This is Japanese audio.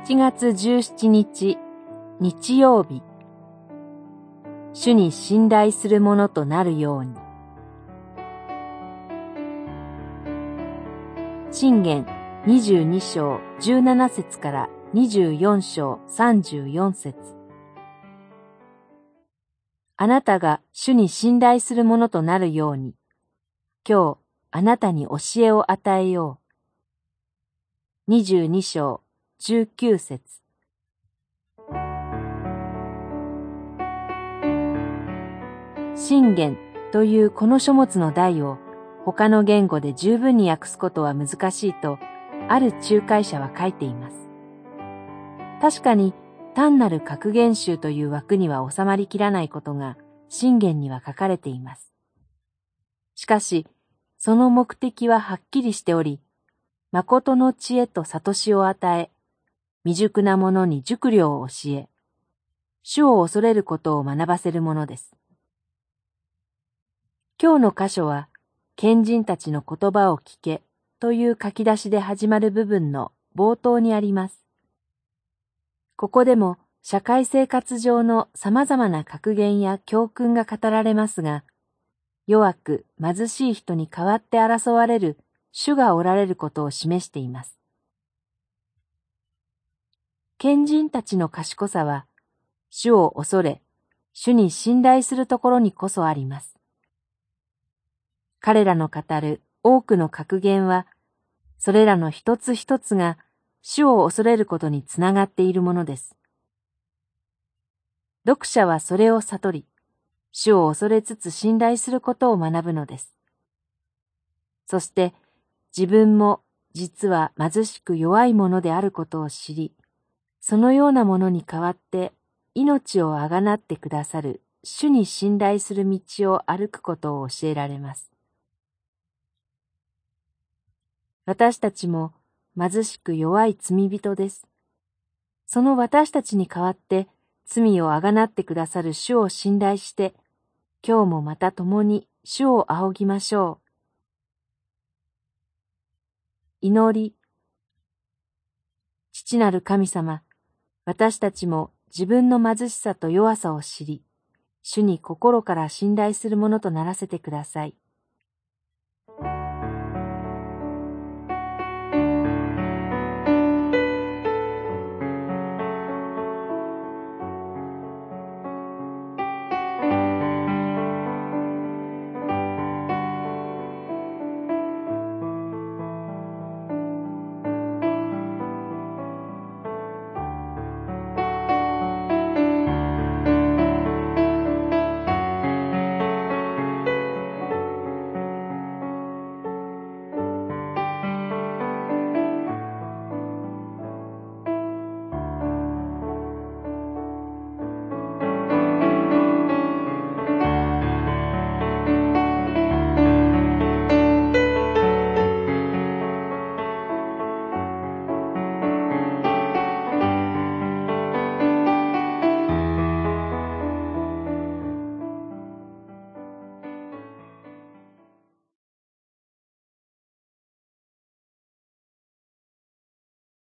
7月17日、日曜日。主に信頼するものとなるように。箴言22章17節から24章34節。あなたが主に信頼するものとなるように、今日あなたに教えを与えよう。22章19節。箴言というこの書物の題を他の言語で十分に訳すことは難しいと、ある仲介者は書いています。確かに単なる格言集という枠には収まりきらないことが箴言には書かれています。しかし、その目的ははっきりしており、誠の知恵と悟しを与え、未熟な者に熟慮を教え、主を恐れることを学ばせるものです。今日の箇所は、賢人たちの言葉を聞けという書き出しで始まる部分の冒頭にあります。ここでも社会生活上の様々な格言や教訓が語られますが、弱く貧しい人に代わって争われる主がおられることを示しています。賢人たちの賢さは、主を恐れ、主に信頼するところにこそあります。彼らの語る多くの格言は、それらの一つ一つが主を恐れることにつながっているものです。読者はそれを悟り、主を恐れつつ信頼することを学ぶのです。そして自分も実は貧しく弱いものであることを知り、そのようなものに代わって命をあがなってくださる主に信頼する道を歩くことを教えられます。私たちも貧しく弱い罪人です。その私たちに代わって罪をあがなってくださる主を信頼して、今日もまた共に主を仰ぎましょう。祈り。父なる神様、私たちも自分の貧しさと弱さを知り、主に心から信頼するものとならせてください。